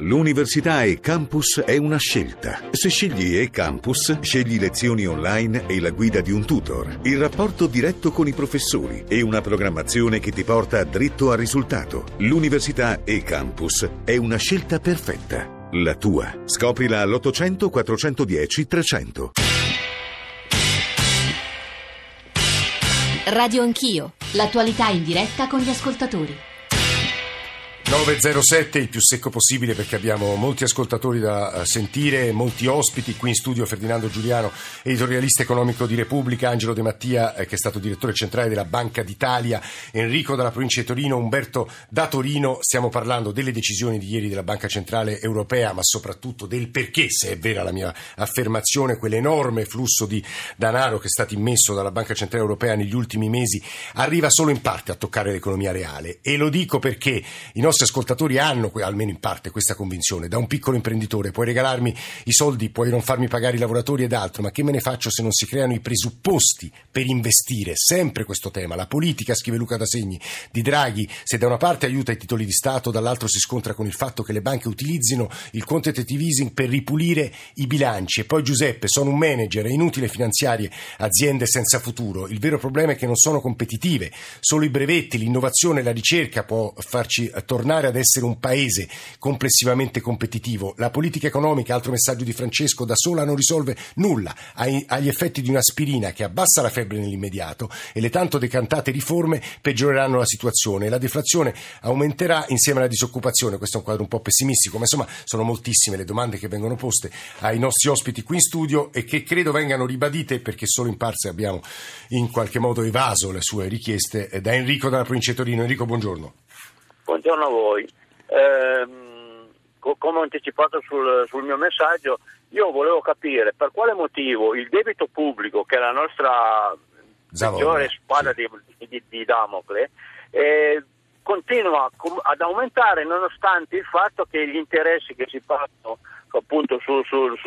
L'università e-Campus è una scelta. Se scegli e-Campus, scegli lezioni online e la guida di un tutor, il rapporto diretto con i professori e una programmazione che ti porta dritto al risultato. L'università e-Campus è una scelta perfetta. La tua. Scoprila all'800 410 300. Radio Anch'io. L'attualità in diretta con gli ascoltatori. 9.07, il più secco possibile perché abbiamo molti ascoltatori da sentire, molti ospiti. Qui in studio Ferdinando Giuliano, editorialista economico di Repubblica, Angelo De Mattia, che è stato direttore centrale della Banca d'Italia, Enrico dalla provincia di Torino, Umberto da Torino. Stiamo parlando delle decisioni di ieri della Banca Centrale Europea, ma soprattutto del perché, se è vera la mia affermazione, quell'enorme flusso di denaro che è stato immesso dalla Banca Centrale Europea negli ultimi mesi arriva solo in parte a toccare l'economia reale. E lo dico perché i nostri ascoltatori hanno, almeno in parte, questa convinzione. Da un piccolo imprenditore: puoi regalarmi i soldi, puoi non farmi pagare i lavoratori ed altro, ma che me ne faccio se non si creano i presupposti per investire? Sempre questo tema. La politica, scrive Luca da Segni, di Draghi, se da una parte aiuta i titoli di Stato, dall'altro si scontra con il fatto che le banche utilizzino il quantitative easing per ripulire i bilanci. E poi Giuseppe: sono un manager, è inutile finanziare aziende senza futuro. Il vero problema è che non sono competitive. Solo i brevetti, l'innovazione e la ricerca può farci tornare ad essere un paese complessivamente competitivo. La politica economica, altro messaggio di Francesco, da sola non risolve nulla, ha gli effetti di un'aspirina che abbassa la febbre nell'immediato e le tanto decantate riforme peggioreranno la situazione. La deflazione aumenterà insieme alla disoccupazione. Questo è un quadro un po' pessimistico, ma insomma sono moltissime le domande che vengono poste ai nostri ospiti qui in studio e che credo vengano ribadite, perché solo in parte abbiamo in qualche modo evaso le sue richieste, da Enrico dalla provincia di Torino. Enrico, buongiorno. Buongiorno a voi. Come ho anticipato sul mio messaggio, io volevo capire per quale motivo il debito pubblico, che è la nostra peggiore spada di Damocle, continua ad aumentare nonostante il fatto che gli interessi che si pagano appunto su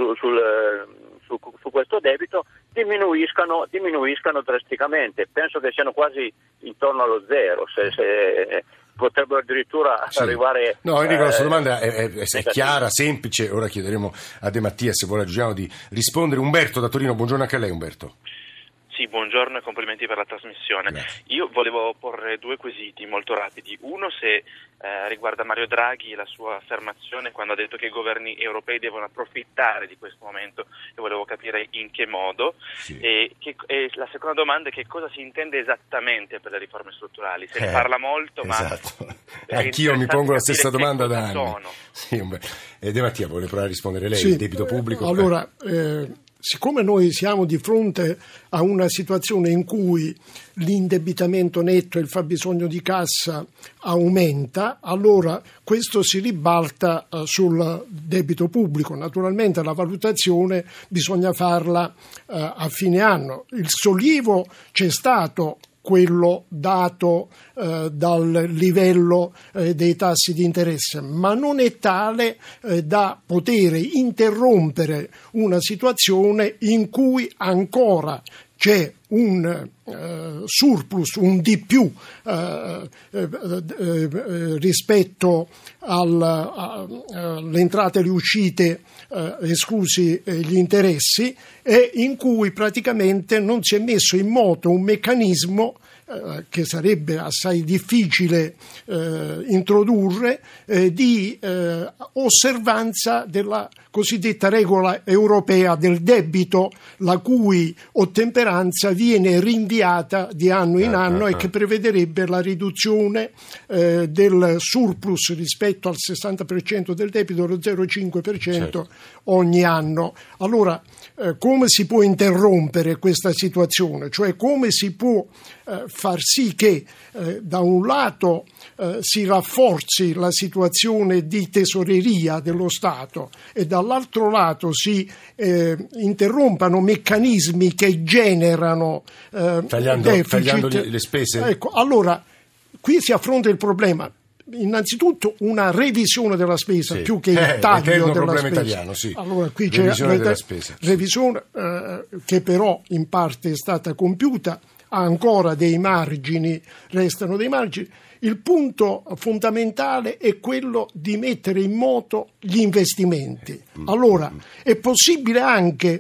questo debito diminuiscano drasticamente. Penso che siano quasi intorno allo zero, se potrebbero addirittura arrivare. No, Enrico, la sua domanda è chiara, semplice. Ora chiederemo a De Mattia, se vuole, Giuliano, di rispondere. Umberto da Torino, buongiorno anche a lei. Umberto. Sì, buongiorno e complimenti per la trasmissione. Grazie. Io volevo porre due quesiti molto rapidi. Uno, se riguarda Mario Draghi e la sua affermazione quando ha detto che i governi europei devono approfittare di questo momento, e volevo capire in che modo. Sì. E la seconda domanda è che cosa si intende esattamente per le riforme strutturali. Se ne parla molto, esatto. ma anch'io mi pongo la stessa domanda da anni. Sono. Sì, De Mattia, vuole provare a rispondere lei? Sì, il debito pubblico? Allora, siccome noi siamo di fronte a una situazione in cui l'indebitamento netto e il fabbisogno di cassa aumenta, allora questo si ribalta sul debito pubblico. Naturalmente la valutazione bisogna farla a fine anno. Il sollievo c'è stato, quello dato dal livello dei tassi di interesse, ma non è tale da poter interrompere una situazione in cui ancora c'è un surplus, un di più rispetto alle entrate e le uscite, esclusi gli interessi, e in cui praticamente non si è messo in moto un meccanismo che sarebbe assai difficile introdurre, di osservanza della cosiddetta regola europea del debito, la cui ottemperanza viene rinviata di anno in anno e che prevederebbe la riduzione del surplus rispetto al 60% del debito allo 0,5% ogni anno. Allora, come si può interrompere questa situazione? Cioè, come si può far sì che da un lato si rafforzi la situazione di tesoreria dello Stato e dall'altro lato si interrompano meccanismi che generano tagliando le spese? Ecco, allora qui si affronta il problema. Innanzitutto una revisione della spesa, più che il taglio della spesa. Italiano, sì. Allora qui revisione c'è della spesa, revisione che però in parte è stata compiuta, ha ancora dei margini, restano dei margini, Il punto fondamentale è quello di mettere in moto gli investimenti. Allora, è possibile anche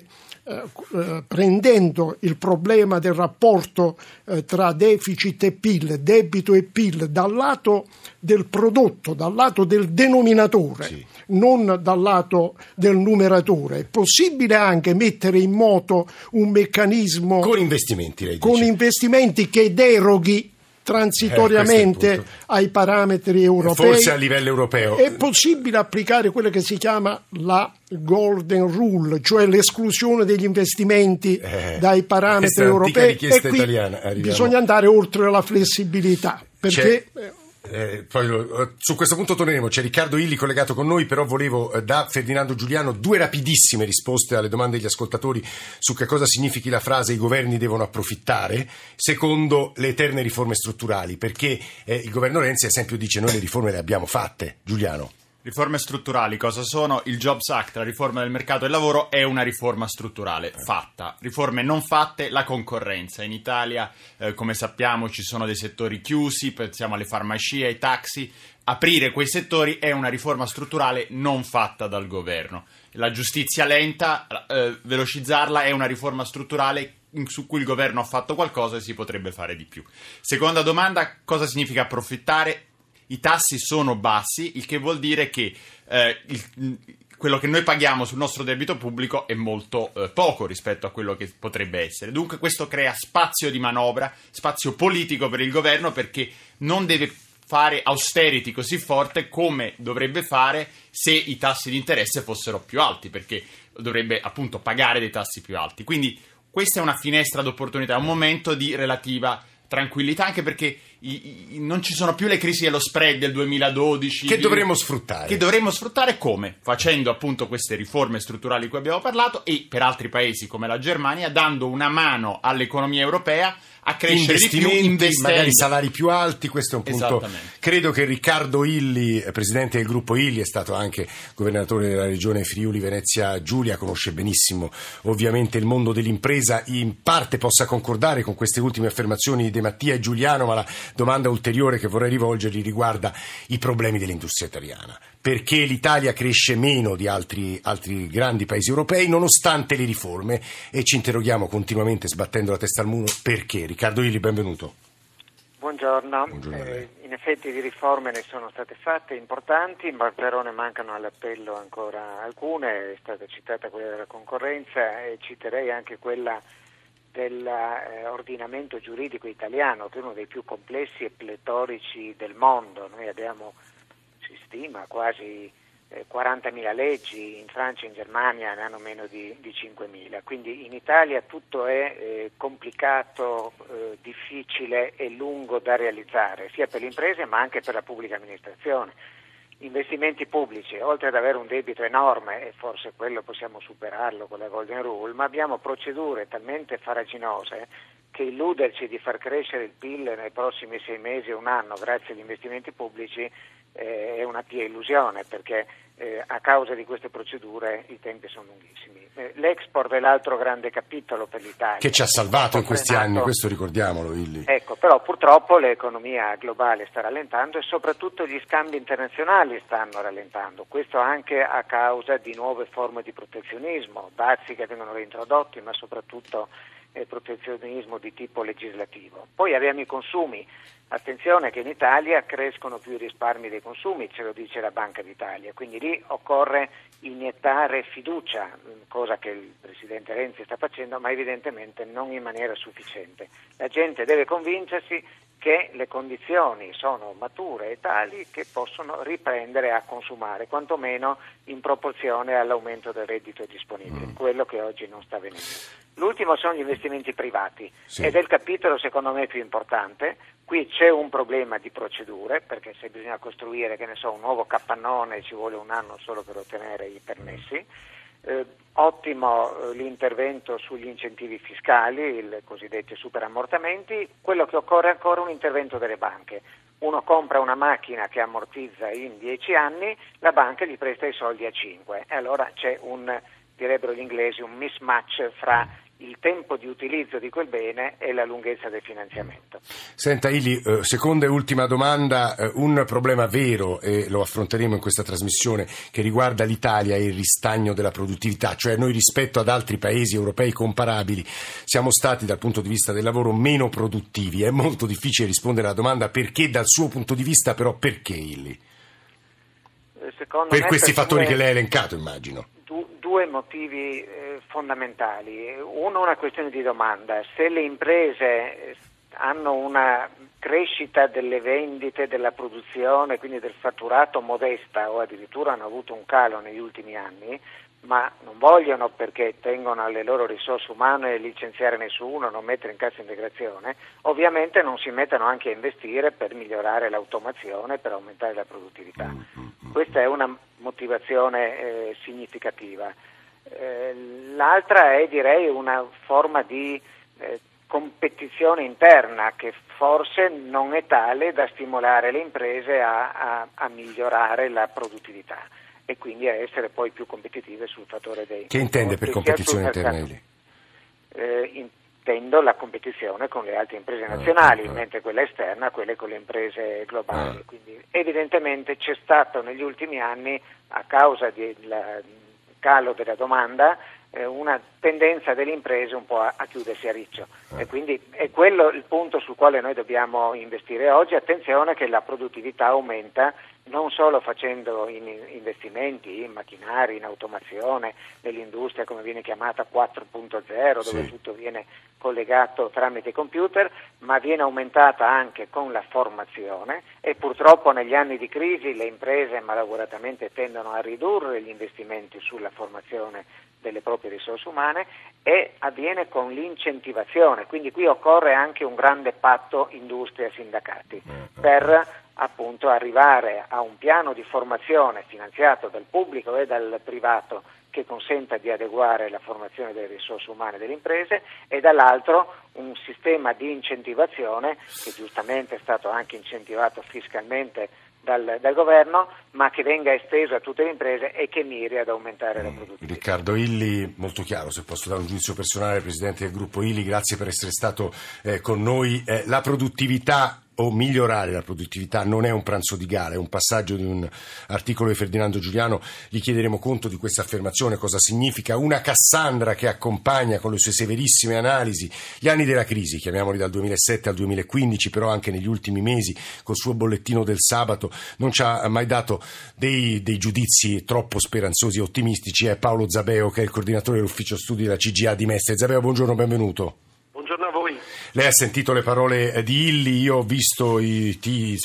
prendendo il problema del rapporto tra deficit e PIL, debito e PIL, dal lato del prodotto, dal lato del denominatore, non dal lato del numeratore. È possibile anche mettere in moto un meccanismo con investimenti, lei dice. Con investimenti che deroghi transitoriamente ai parametri europei. Forse a livello europeo. È possibile applicare quella che si chiama la Golden Rule, cioè l'esclusione degli investimenti dai parametri europei, e qui bisogna andare oltre la flessibilità, perché poi su questo punto torneremo. C'è Riccardo Illy collegato con noi, però volevo da Ferdinando Giuliano due rapidissime risposte alle domande degli ascoltatori su che cosa significhi la frase i governi devono approfittare, secondo le eterne riforme strutturali, perché il governo Renzi ad esempio dice noi le riforme le abbiamo fatte. Giuliano. Riforme strutturali cosa sono? Il Jobs Act, la riforma del mercato del lavoro, è una riforma strutturale fatta. Riforme non fatte, la concorrenza. In Italia, come sappiamo, ci sono dei settori chiusi, pensiamo alle farmacie, ai taxi. Aprire quei settori è una riforma strutturale non fatta dal governo. La giustizia lenta, velocizzarla è una riforma strutturale su cui il governo ha fatto qualcosa e si potrebbe fare di più. Seconda domanda, cosa significa approfittare? I tassi sono bassi, il che vuol dire che quello che noi paghiamo sul nostro debito pubblico è molto poco rispetto a quello che potrebbe essere. Dunque questo crea spazio di manovra, spazio politico per il governo, perché non deve fare austerity così forte come dovrebbe fare se i tassi di interesse fossero più alti, perché dovrebbe appunto pagare dei tassi più alti. Quindi questa è una finestra d'opportunità, un momento di relativa tranquillità, anche perché non ci sono più le crisi dello spread del 2012 che dovremmo sfruttare come? Facendo appunto queste riforme strutturali di cui abbiamo parlato, e per altri paesi come la Germania dando una mano all'economia europea a crescere di più, investendo, magari salari più alti. Questo è un punto. Credo che Riccardo Illy, presidente del gruppo Illy, è stato anche governatore della regione Friuli Venezia Giulia, conosce benissimo ovviamente il mondo dell'impresa, in parte possa concordare con queste ultime affermazioni di De Mattia e Giuliano, ma la domanda ulteriore che vorrei rivolgergli riguarda i problemi dell'industria italiana. Perché l'Italia cresce meno di altri grandi paesi europei nonostante le riforme, e ci interroghiamo continuamente sbattendo la testa al muro perché. Riccardo Illy, benvenuto. Buongiorno. In effetti di riforme ne sono state fatte importanti, ma però ne mancano all'appello ancora alcune. È stata citata quella della concorrenza e citerei anche quella dell'ordinamento giuridico italiano, che è uno dei più complessi e pletorici del mondo. Noi abbiamo, si stima, quasi 40.000 leggi, in Francia e in Germania ne hanno meno di 5.000, quindi in Italia tutto è complicato, difficile e lungo da realizzare, sia per le imprese ma anche per la pubblica amministrazione. Investimenti pubblici, oltre ad avere un debito enorme, e forse quello possiamo superarlo con la Golden Rule, ma abbiamo procedure talmente farraginose che illuderci di far crescere il PIL nei prossimi 6 mesi o un anno grazie agli investimenti pubblici è una pia illusione, perché a causa di queste procedure i tempi sono lunghissimi. L'export è l'altro grande capitolo per l'Italia, che ci ha salvato in questi anni, questo ricordiamolo, Illy. Ecco, però purtroppo l'economia globale sta rallentando e soprattutto gli scambi internazionali stanno rallentando, questo anche a causa di nuove forme di protezionismo, dazi che vengono reintrodotti, ma soprattutto protezionismo di tipo legislativo. Poi abbiamo i consumi. Attenzione che in Italia crescono più i risparmi dei consumi, ce lo dice la Banca d'Italia, quindi lì occorre iniettare fiducia, cosa che il Presidente Renzi sta facendo, ma evidentemente non in maniera sufficiente. La gente deve convincersi che le condizioni sono mature e tali che possono riprendere a consumare, quantomeno in proporzione all'aumento del reddito disponibile, quello che oggi non sta avvenendo. L'ultimo sono gli investimenti privati, ed è il capitolo secondo me più importante. Qui c'è un problema di procedure, perché se bisogna costruire, che ne so, un nuovo capannone ci vuole un anno solo per ottenere i permessi. Ottimo l'intervento sugli incentivi fiscali, i cosiddetti superammortamenti. Quello che occorre ancora è un intervento delle banche. Uno compra una macchina che ammortizza in 10 anni, la banca gli presta i soldi a 5, e allora c'è direbbero gli inglesi, un mismatch fra il tempo di utilizzo di quel bene e la lunghezza del finanziamento. Senta Illy, seconda e ultima domanda, un problema vero, e lo affronteremo in questa trasmissione, che riguarda l'Italia e il ristagno della produttività, cioè noi rispetto ad altri paesi europei comparabili siamo stati dal punto di vista del lavoro meno produttivi. È molto difficile rispondere alla domanda perché, dal suo punto di vista, però perché Illy? Per questi fattori che lei ha elencato, immagino. Due motivi fondamentali. Uno, una questione di domanda. Se le imprese hanno una crescita delle vendite, della produzione, quindi del fatturato modesta, o addirittura hanno avuto un calo negli ultimi anni, ma non vogliono, perché tengono alle loro risorse umane, licenziare nessuno, non mettere in cassa integrazione, ovviamente non si mettono anche a investire per migliorare l'automazione, per aumentare la produttività. Questa è una motivazione significativa. L'altra è, direi, una forma di competizione interna che forse non è tale da stimolare le imprese a migliorare la produttività e quindi a essere poi più competitive sul fattore dei... Che intende per competizione interna? Intendo la competizione con le altre imprese nazionali, mentre quella esterna, quelle con le imprese globali. Quindi evidentemente c'è stato negli ultimi anni, a causa del calo della domanda, una tendenza delle imprese un po' a chiudersi a riccio, e quindi è quello il punto sul quale noi dobbiamo investire oggi. Attenzione che la produttività aumenta non solo facendo investimenti in macchinari, in automazione, nell'industria come viene chiamata 4.0, dove tutto viene collegato tramite computer, ma viene aumentata anche con la formazione, e purtroppo negli anni di crisi le imprese malauguratamente tendono a ridurre gli investimenti sulla formazione delle proprie risorse umane, e avviene con l'incentivazione. Quindi qui occorre anche un grande patto industria-sindacati per appunto arrivare a un piano di formazione finanziato dal pubblico e dal privato che consenta di adeguare la formazione delle risorse umane delle imprese, e dall'altro un sistema di incentivazione che giustamente è stato anche incentivato fiscalmente dal governo, ma che venga esteso a tutte le imprese e che miri ad aumentare la produttività. Riccardo Illy, molto chiaro, se posso dare un giudizio personale, presidente del gruppo Illy, grazie per essere stato con noi. La produttività, o migliorare la produttività, non è un pranzo di gala, è un passaggio di un articolo di Ferdinando Giuliano. Gli chiederemo conto di questa affermazione, cosa significa. Una Cassandra che accompagna con le sue severissime analisi gli anni della crisi, chiamiamoli dal 2007 al 2015, però anche negli ultimi mesi col suo bollettino del sabato non ci ha mai dato dei giudizi troppo speranzosi e ottimistici. È Paolo Zabeo, che è il coordinatore dell'ufficio studi della CGIA di Mestre. Zabeo, buongiorno, benvenuto. Buongiorno a voi. Lei ha sentito le parole di Illy, io ho visto il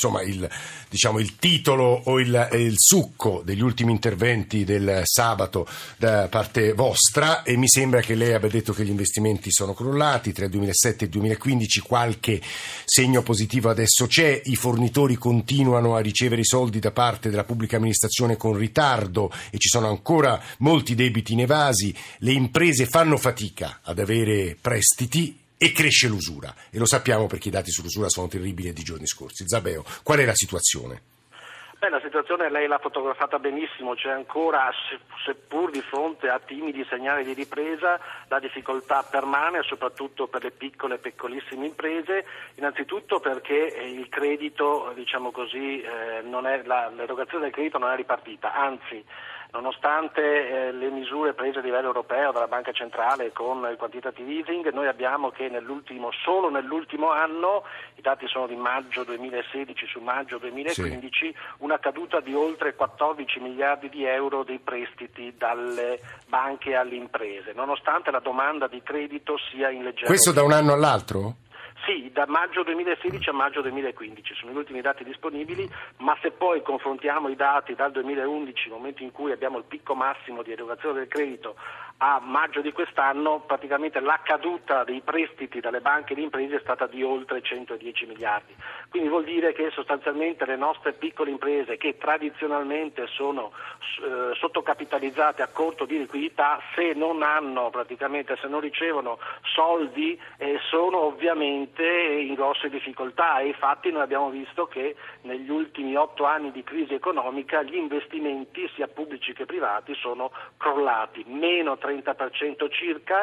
titolo o il succo degli ultimi interventi del sabato da parte vostra, e mi sembra che lei abbia detto che gli investimenti sono crollati tra il 2007 e il 2015, qualche segno positivo adesso c'è, i fornitori continuano a ricevere i soldi da parte della pubblica amministrazione con ritardo e ci sono ancora molti debiti inevasi, le imprese fanno fatica ad avere prestiti e cresce l'usura, e lo sappiamo perché i dati sull'usura sono terribili di giorni scorsi. Zabeo, qual è la situazione? La situazione lei l'ha fotografata benissimo, c'è ancora, seppur di fronte a timidi segnali di ripresa, la difficoltà permane, soprattutto per le piccole e piccolissime imprese, innanzitutto perché il credito, l'erogazione del credito non è ripartita, anzi, nonostante le misure prese a livello europeo dalla Banca Centrale con il quantitative easing, noi abbiamo che solo nell'ultimo anno, i dati sono di maggio 2016 su maggio 2015, una caduta di oltre 14 miliardi di euro dei prestiti dalle banche alle imprese, nonostante la domanda di credito sia in leggero. Questo da un anno all'altro? Sì, da maggio 2016 a maggio 2015 sono gli ultimi dati disponibili, ma se poi confrontiamo i dati dal 2011, momento in cui abbiamo il picco massimo di erogazione del credito, a maggio di quest'anno, praticamente la caduta dei prestiti dalle banche e le imprese è stata di oltre 110 miliardi. Quindi vuol dire che sostanzialmente le nostre piccole imprese, che tradizionalmente sono sottocapitalizzate a corto di liquidità, se non ricevono soldi, sono ovviamente in grosse difficoltà, e infatti noi abbiamo visto che negli ultimi 8 anni di crisi economica gli investimenti sia pubblici che privati sono crollati, meno 30% circa,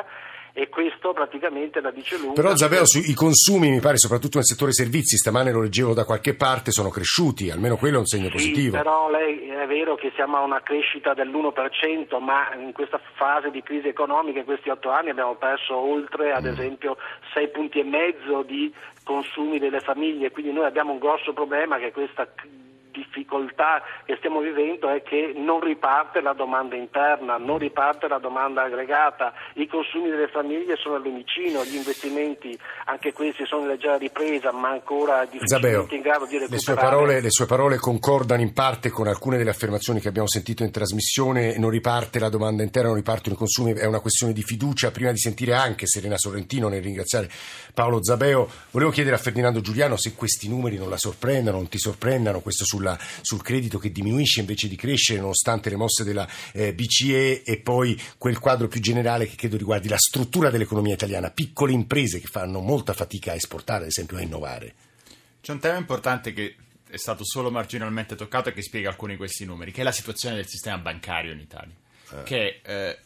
e questo praticamente la dice lunga. Però Zabeo, sui consumi mi pare, soprattutto nel settore servizi, stamane lo leggevo da qualche parte, sono cresciuti, almeno quello è un segno positivo. Però è vero che siamo a una crescita dell'1%, ma in questa fase di crisi economica in questi 8 anni abbiamo perso oltre ad esempio 6,5 punti di consumi delle famiglie, quindi noi abbiamo un grosso problema, che questa difficoltà che stiamo vivendo è che non riparte la domanda interna, non riparte la domanda aggregata, i consumi delle famiglie sono al lumicino, gli investimenti anche questi sono in leggera ripresa, ma ancora difficilmente in grado di recuperare. Le sue parole concordano in parte con alcune delle affermazioni che abbiamo sentito in trasmissione. Non riparte la domanda interna, non ripartono i consumi, è una questione di fiducia. Prima di sentire anche Serena Sorrentino, nel ringraziare Paolo Zabeo, volevo chiedere a Ferdinando Giuliano se questi numeri non la sorprendano, non ti sorprendano, questo sul credito che diminuisce invece di crescere nonostante le mosse della BCE, e poi quel quadro più generale che credo riguardi la struttura dell'economia italiana, piccole imprese che fanno molta fatica a esportare, ad esempio a innovare. C'è un tema importante che è stato solo marginalmente toccato e che spiega alcuni di questi numeri, che è la situazione del sistema bancario in Italia, che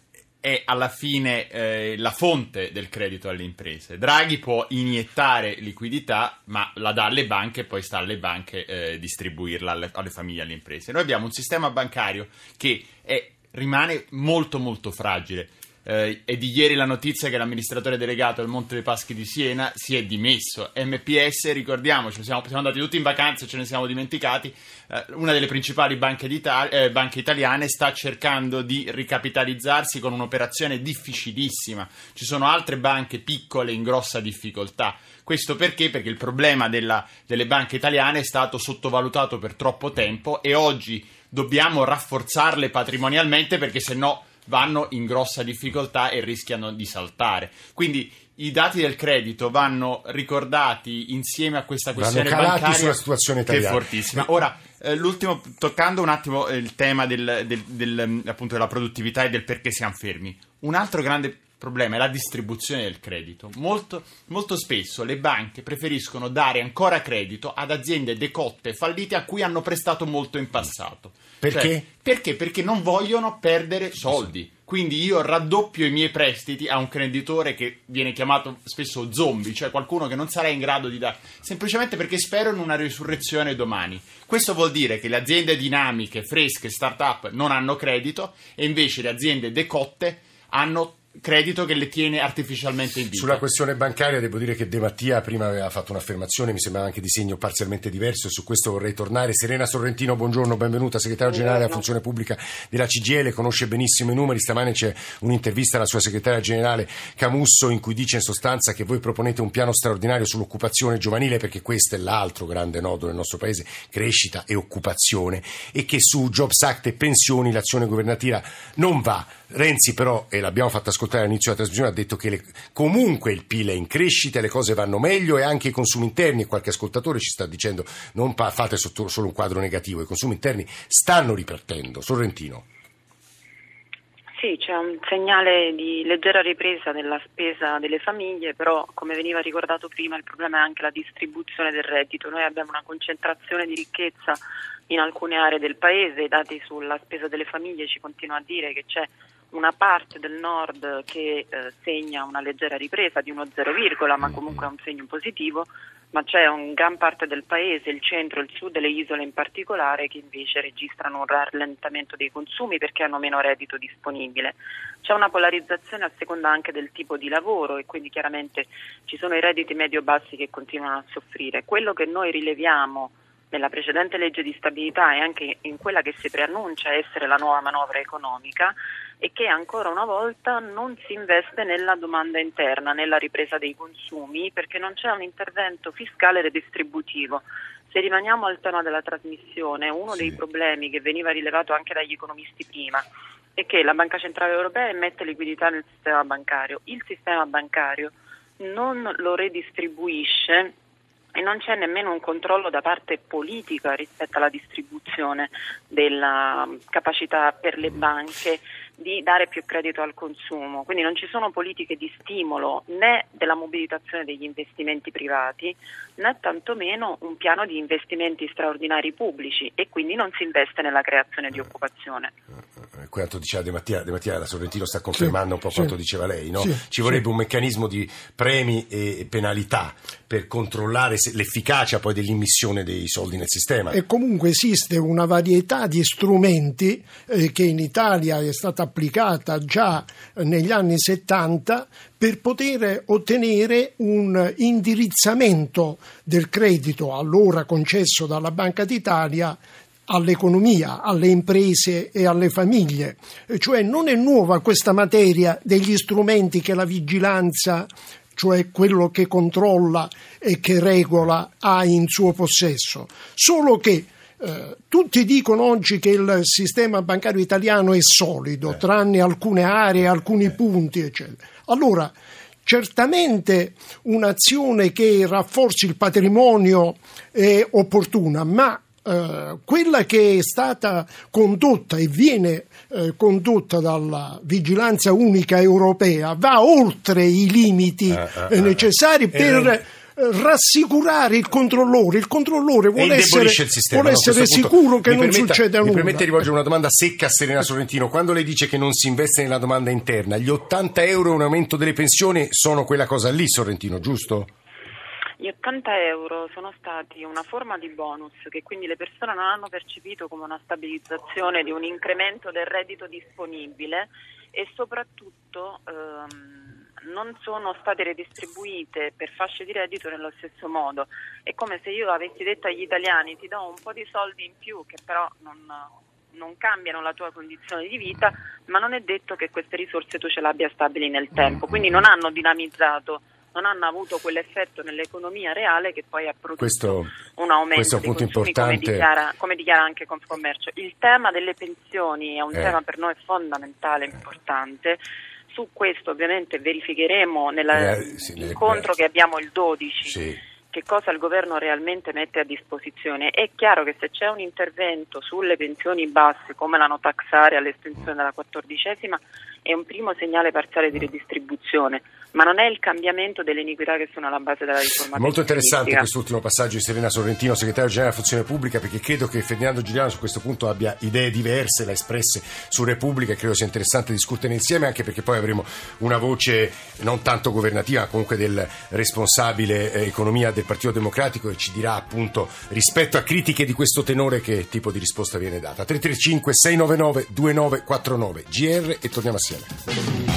è alla fine la fonte del credito alle imprese. Draghi può iniettare liquidità, ma la dà alle banche e poi sta alle banche distribuirla alle famiglie e alle imprese. Noi abbiamo un sistema bancario che rimane molto molto fragile. È di ieri la notizia che l'amministratore delegato del Monte dei Paschi di Siena si è dimesso. MPS, ricordiamoci, siamo andati tutti in vacanza e ce ne siamo dimenticati, una delle principali banche italiane sta cercando di ricapitalizzarsi con un'operazione difficilissima. Ci sono altre banche piccole in grossa difficoltà. Questo perché? Perché il problema delle banche italiane è stato sottovalutato per troppo tempo e oggi dobbiamo rafforzarle patrimonialmente, perché se no vanno in grossa difficoltà e rischiano di saltare. Quindi i dati del credito vanno ricordati insieme a questa questione bancaria sulla situazione italiana, che è fortissima. Ora, l'ultimo, toccando un attimo il tema appunto della produttività e del perché siamo fermi, un altro grande problema è la distribuzione del credito. Molto, molto spesso le banche preferiscono dare ancora credito ad aziende decotte e fallite a cui hanno prestato molto in passato. Perché? Perché non vogliono perdere soldi. Quindi io raddoppio i miei prestiti a un creditore che viene chiamato spesso zombie, cioè qualcuno che non sarà in grado di dare, semplicemente perché spero in una risurrezione domani. Questo vuol dire che le aziende dinamiche, fresche, start-up non hanno credito e invece le aziende decotte hanno credito che le tiene artificialmente in vita. Sulla questione bancaria devo dire che De Mattia prima aveva fatto un'affermazione, mi sembrava anche di segno parzialmente diverso, e su questo vorrei tornare. Serena Sorrentino, buongiorno, benvenuta, segretario generale della funzione pubblica della CGIL, conosce benissimo i numeri. Stamane c'è un'intervista alla sua segretaria generale Camusso in cui dice in sostanza che voi proponete un piano straordinario sull'occupazione giovanile, perché questo è l'altro grande nodo del nostro paese, crescita e occupazione, e che su Jobs Act e pensioni l'azione governativa non va. Renzi però, e l'abbiamo fatto ascoltare all'inizio della trasmissione, ha detto che comunque il PIL è in crescita, le cose vanno meglio e anche i consumi interni, e qualche ascoltatore ci sta dicendo non fate solo un quadro negativo, i consumi interni stanno ripartendo. Sorrentino. Sì, c'è un segnale di leggera ripresa della spesa delle famiglie, però come veniva ricordato prima il problema è anche la distribuzione del reddito. Noi abbiamo una concentrazione di ricchezza in alcune aree del paese, i dati sulla spesa delle famiglie ci continuano a dire che c'è una parte del nord che segna una leggera ripresa di uno 0, ma comunque è un segno positivo, ma c'è una gran parte del paese, il centro, il sud e le isole in particolare, che invece registrano un rallentamento dei consumi perché hanno meno reddito disponibile. C'è una polarizzazione a seconda anche del tipo di lavoro e quindi chiaramente ci sono i redditi medio-bassi che continuano a soffrire. Quello che noi rileviamo nella precedente legge di stabilità e anche in quella che si preannuncia essere la nuova manovra economica è che ancora una volta non si investe nella domanda interna, nella ripresa dei consumi, perché non c'è un intervento fiscale redistributivo. Se rimaniamo al tema della trasmissione, uno dei problemi che veniva rilevato anche dagli economisti prima è che la Banca Centrale Europea emette liquidità nel sistema bancario. Il sistema bancario non lo redistribuisce e non c'è nemmeno un controllo da parte politica rispetto alla distribuzione della capacità per le banche di dare più credito al consumo. Quindi non ci sono politiche di stimolo né della mobilitazione degli investimenti privati né tantomeno un piano di investimenti straordinari pubblici, e quindi non si investe nella creazione di occupazione. Quanto diceva De Mattia, la Sorrentino sta confermando un po' quanto diceva lei, no? Ci vorrebbe un meccanismo di premi e penalità per controllare l'efficacia poi dell'immissione dei soldi nel sistema. E comunque esiste una varietà di strumenti che in Italia è stata applicata già negli anni 70 per poter ottenere un indirizzamento del credito allora concesso dalla Banca d'Italia all'economia, alle imprese e alle famiglie. Cioè non è nuova questa materia degli strumenti che la vigilanza, cioè quello che controlla e che regola, ha in suo possesso. Solo che tutti dicono oggi che il sistema bancario italiano è solido, tranne alcune aree, alcuni punti, eccetera. Allora, certamente un'azione che rafforzi il patrimonio è opportuna, ma quella che è stata condotta e viene condotta dalla vigilanza unica europea va oltre i limiti necessari per rassicurare il controllore. Il controllore vuole essere sicuro che non succeda nulla. Mi permette di rivolgere una domanda secca a Serena Sorrentino. Quando lei dice che non si investe nella domanda interna, gli 80 euro e un aumento delle pensioni sono quella cosa lì, Sorrentino, giusto? Gli 80 euro sono stati una forma di bonus che quindi le persone non hanno percepito come una stabilizzazione di un incremento del reddito disponibile, e soprattutto non sono state redistribuite per fasce di reddito nello stesso modo. È come se io avessi detto agli italiani: ti do un po' di soldi in più che però non cambiano la tua condizione di vita, ma non è detto che queste risorse tu ce l'abbia stabili nel tempo. Quindi non hanno dinamizzato, non hanno avuto quell'effetto nell'economia reale che poi ha prodotto un aumento dei consumi, come dichiara anche Confcommercio. Il tema delle pensioni è un tema per noi fondamentale, importante. Su questo ovviamente verificheremo nell'incontro che abbiamo il 12 che cosa il governo realmente mette a disposizione. È chiaro che se c'è un intervento sulle pensioni basse come la no tax area all'estensione della 14ª è un primo segnale parziale di redistribuzione, ma non è il cambiamento delle iniquità che sono alla base della riforma. Molto interessante quest'ultimo passaggio di Serena Sorrentino, segretario generale della Funzione Pubblica, perché credo che Ferdinando Giuliano su questo punto abbia idee diverse, l'ha espresse su Repubblica, e credo sia interessante discuterne insieme, anche perché poi avremo una voce non tanto governativa ma comunque del responsabile economia del Partito Democratico, e ci dirà appunto rispetto a critiche di questo tenore che tipo di risposta viene data. 335 699 2949 GR, e torniamo assieme.